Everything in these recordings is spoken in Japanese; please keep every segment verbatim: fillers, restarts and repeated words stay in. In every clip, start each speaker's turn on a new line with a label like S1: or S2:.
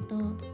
S1: と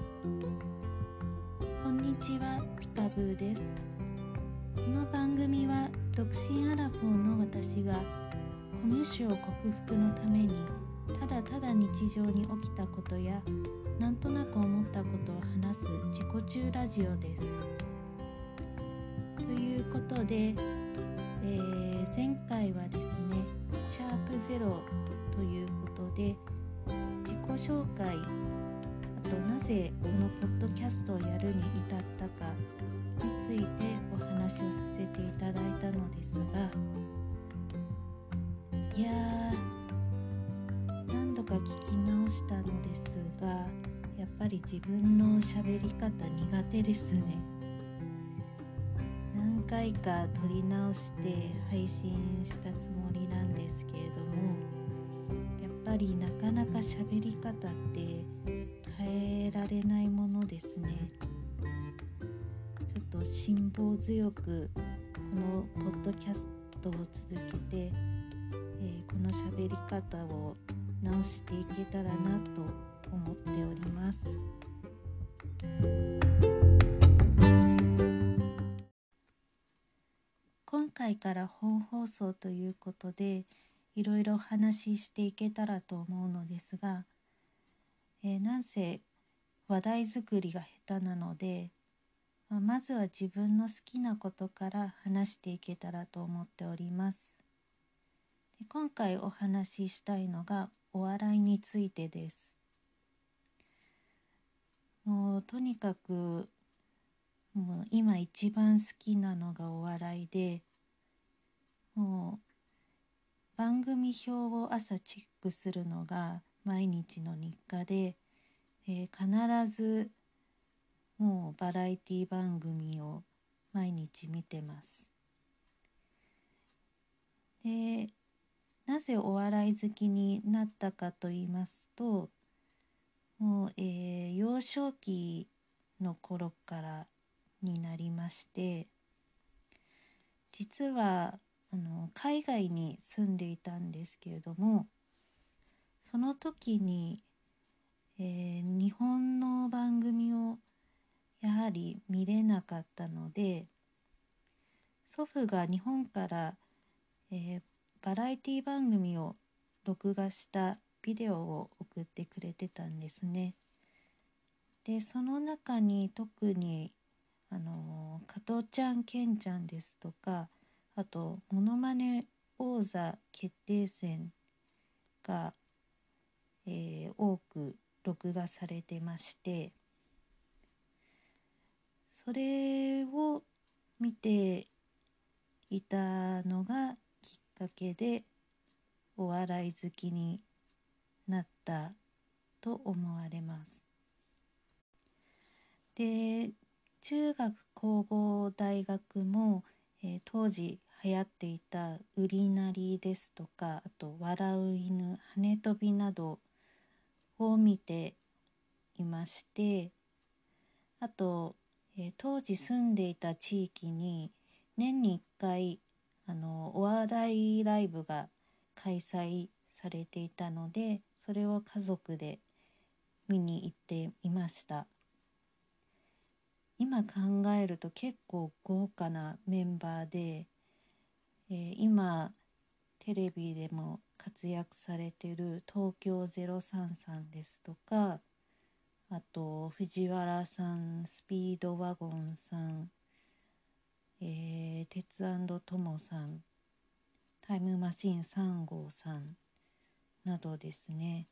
S1: こんにちは、ピカブーです。この番組は独身アラフォーの私がコミュ障克服のためにただただ日常に起きたことやなんとなく思ったことを話す自己中ラジオです。ということで、えー、前回はですねシャープゼロということで自己紹介、あとなぜこのポッドキャストをやるに至ったかについてお話をさせていただいたのですが、いやー何度か聞き直したのですが、やっぱり自分の喋り方苦手ですね。何回か撮り直して配信したつもりなんですけれども、やっぱりなかなか喋り方って変えられないものですね。ちょっと辛抱強くこのポッドキャストを続けて、えー、この喋り方を直していけたらなと思っております。今回から本放送ということでいろいろお話ししていけたらと思うのですが、えー、なんせ話題作りが下手なので、まあ、まずは自分の好きなことから話していけたらと思っております。で、今回お話ししたいのがお笑いについてです。もうとにかくもう今一番好きなのがお笑いで、もう番組表を朝チェックするのが毎日の日課で、えー、必ずもうバラエティ番組を毎日見てます。で、なぜお笑い好きになったかと言いますと、もう、えー、幼少期の頃からになりまして、実はあの海外に住んでいたんですけれども、その時に、えー、日本の番組をやはり見れなかったので、祖父が日本から、えー、バラエティ番組を録画したビデオを送ってくれてたんですね。で、その中に特にあの加トちゃんケンちゃんですとか、あとモノマネ王座決定戦が、えー、多く録画されてまして、それを見ていたのがきっかけでお笑い好きになったと思われます。で、中学、高校、大学も、えー当時流行っていたウリナリですとか、あと笑う犬、羽飛びなどを見ていまして、あと、えー当時住んでいた地域に年にいっかいあのお笑いライブが開催されていたので、それを家族で見に行っていました。今考えると結構豪華なメンバーで、えー今テレビでも活躍されている東京ゼロさんさんですとか、あと藤原さん、スピードワゴンさん、えー、鉄トモさん、タイムマシーンさん号さんなどですね。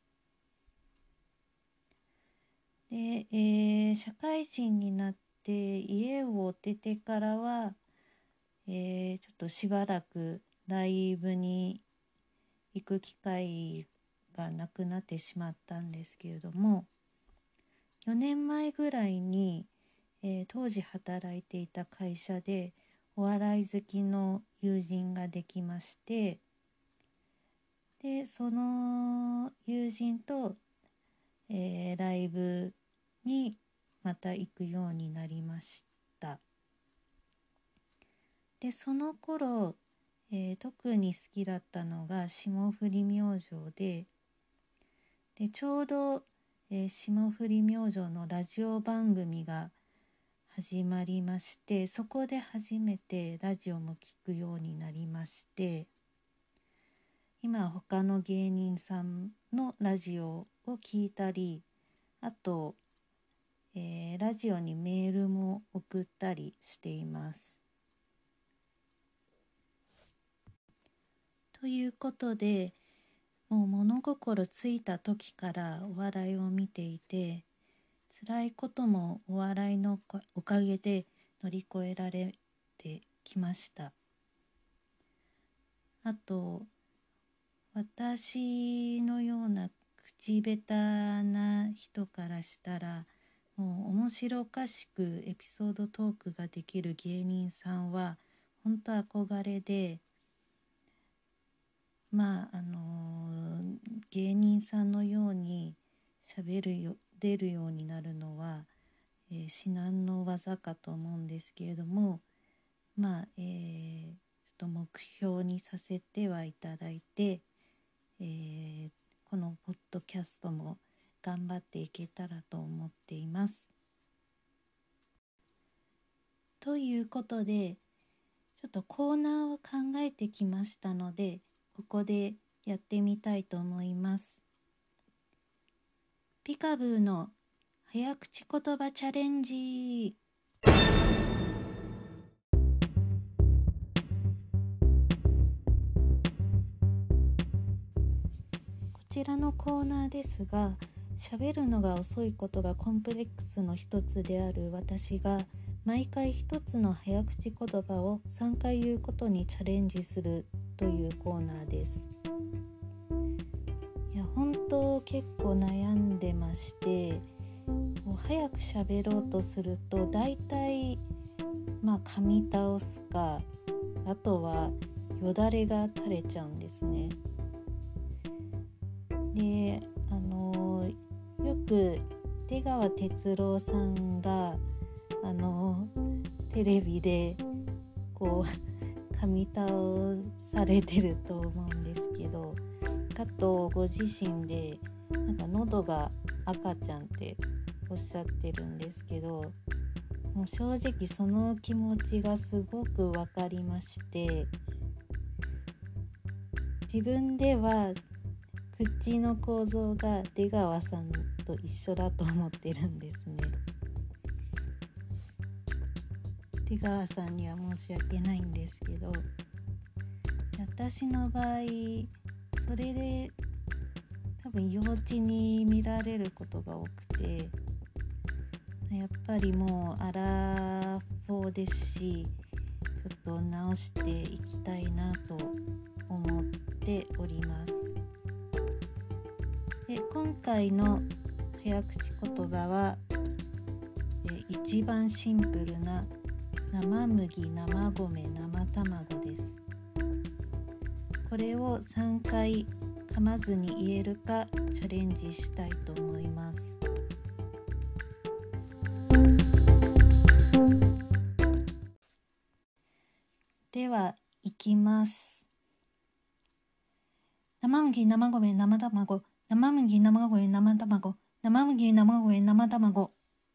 S1: で、えー社会人になって家を出てからは、えーちょっとしばらくライブに行く機会がなくなってしまったんですけれども、よねんまえぐらいに、えー当時働いていた会社でお笑い好きの友人ができまして、でその友人と、えーライブにまた行くようになりました。でその頃、えー特に好きだったのが霜降り明星で、でちょうど、 えー、霜降り明星のラジオ番組が始まりまして、そこで初めてラジオも聞くようになりまして、今他の芸人さんのラジオを聞いたり、あと、えー、ラジオにメールも送ったりしています。ということで、もう物心ついた時からお笑いを見ていて、辛いこともお笑いのおかげで乗り越えられてきました。あと、私のような口下手な人からしたら、もう面白おかしくエピソードトークができる芸人さんは本当憧れで、まああのー、芸人さんのように喋るよ出るようになるのは、えー、至難の業かと思うんですけれども、まあ、えー、ちょっと目標にさせてはいただいて、えー、このポッドキャストも頑張っていけたらと思っています。ということで、ちょっとコーナーを考えてきましたので、ここでやってみたいと思います。ピカブーの早口言葉チャレンジ。こちらのコーナーですが、喋るのが遅いことがコンプレックスの一つである私が、毎回一つの早口言葉をさんかい言うことにチャレンジするというコーナーです。いや、本当結構悩んでまして、もう早く喋ろうとするとだいたいまあ噛み倒すか、あとはよだれが垂れちゃうんですね。で、あのよく出川哲朗さんがあのテレビでこう噛み倒されてると思うんですけど、あとご自身でなんか喉が赤ちゃんっておっしゃってるんですけど、もう正直その気持ちがすごくわかりまして、自分では口の構造が出川さんと一緒だと思ってるんですね。出川さんには申し訳ないんですけど、私の場合それで多分幼稚に見られることが多くて、やっぱりもうアラフォーですし、ちょっと直していきたいなと思っております。で、今回の早口言葉はえ一番シンプルな生麦、生米、生卵です。これをさんかい噛まずに言えるかチャレンジしたいと思います。では、いきます。生麦、生米、生卵、生麦、生米、生卵、生麦、生米、生卵。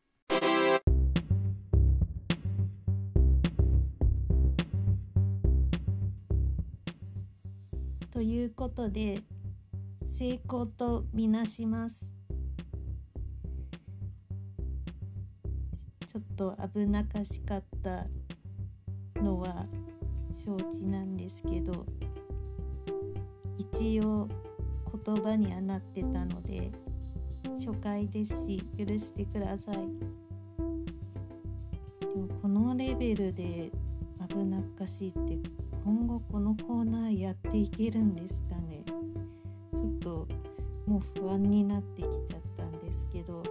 S1: ということで、成功とみなします。ちょっと危なっかしかったのは承知なんですけど、一応言葉にはなってたので初回ですし許してください。でもこのレベルで危なっかしいって今後このコーナーやっていけるんですかね。ちょっともう不安になってきちゃったんですけど、と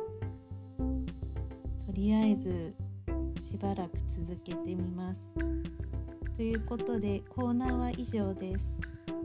S1: りあえずしばらく続けてみます。ということでコーナーは以上です。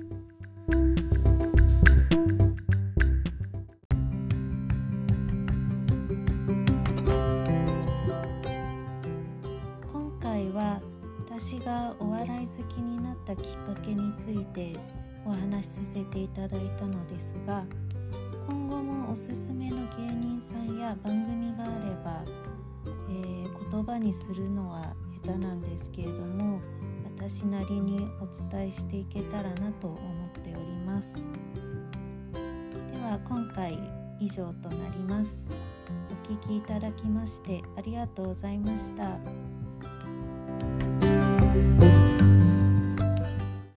S1: 今回は私がお笑い好きになったきっかけについてお話しさせていただいたのですが、 今後もおすすめの芸人さんや番組があれば、えー、言葉にするのは下手なんですけれども、私なりにお伝えしていけたらなと思っております。では今回以上となります。お聞きいただきましてありがとうございました。